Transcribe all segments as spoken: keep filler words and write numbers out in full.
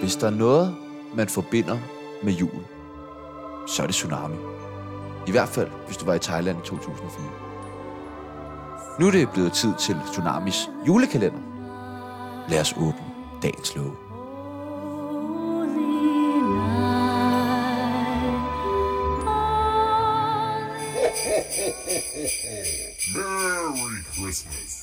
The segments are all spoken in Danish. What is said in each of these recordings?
Hvis der er noget, man forbinder med jul, så er det tsunami. I hvert fald, hvis du var i Thailand i to tusind og fire. Nu er det blevet tid til Tsunamis julekalender. Lad os åbne dagens låge. Merry Christmas.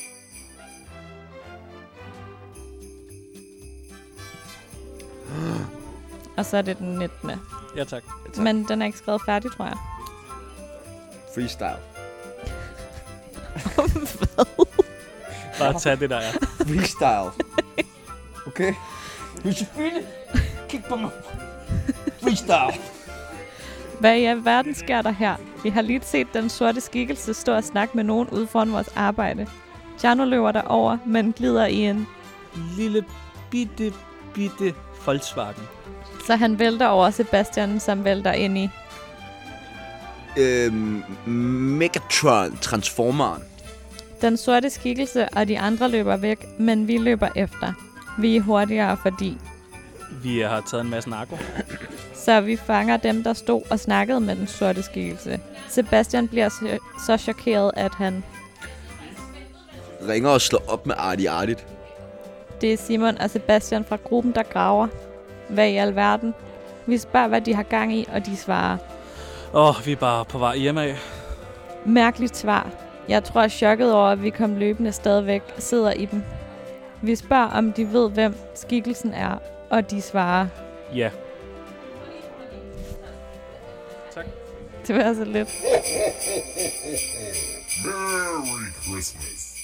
Og så er det den nittende Ja, tak. Men den er ikke skrevet færdig, tror jeg. Freestyle. Hvad? Bare tag det der, ja. Freestyle. Okay? Josefine, kig på mig. Freestyle. Hvad i alverden sker der her? Vi har lige set den sorte skikkelse stå og snakke med nogen ude foran vores arbejde. Tjerno løber derover, men glider i en. Lille bitte, bitte Volkswagen. Så han vælter over Sebastian, som vælter ind i. Øhm, Megatron Transformeren. Den sorte skikkelse og de andre løber væk, men vi løber efter. Vi er hurtigere, fordi... Vi har taget en masse narko. Så vi fanger dem, der stod og snakkede med den sorte skikkelse. Sebastian bliver så, så chokeret, at han... Ringer og slår op med Arti Artigt. Det er Simon og Sebastian fra gruppen, der graver. Hvad i alverden? Vi spørger, hvad de har gang i, og de svarer. Åh, oh, vi er bare på vej hjem af. Mærkeligt svar. Jeg tror, jeg er chokket over, at vi kom løbende stadigvæk sidder i dem. Vi spørger, om de ved, hvem skikkelsen er, og de svarer. Ja. Tak. Det var så lidt. Merry Christmas.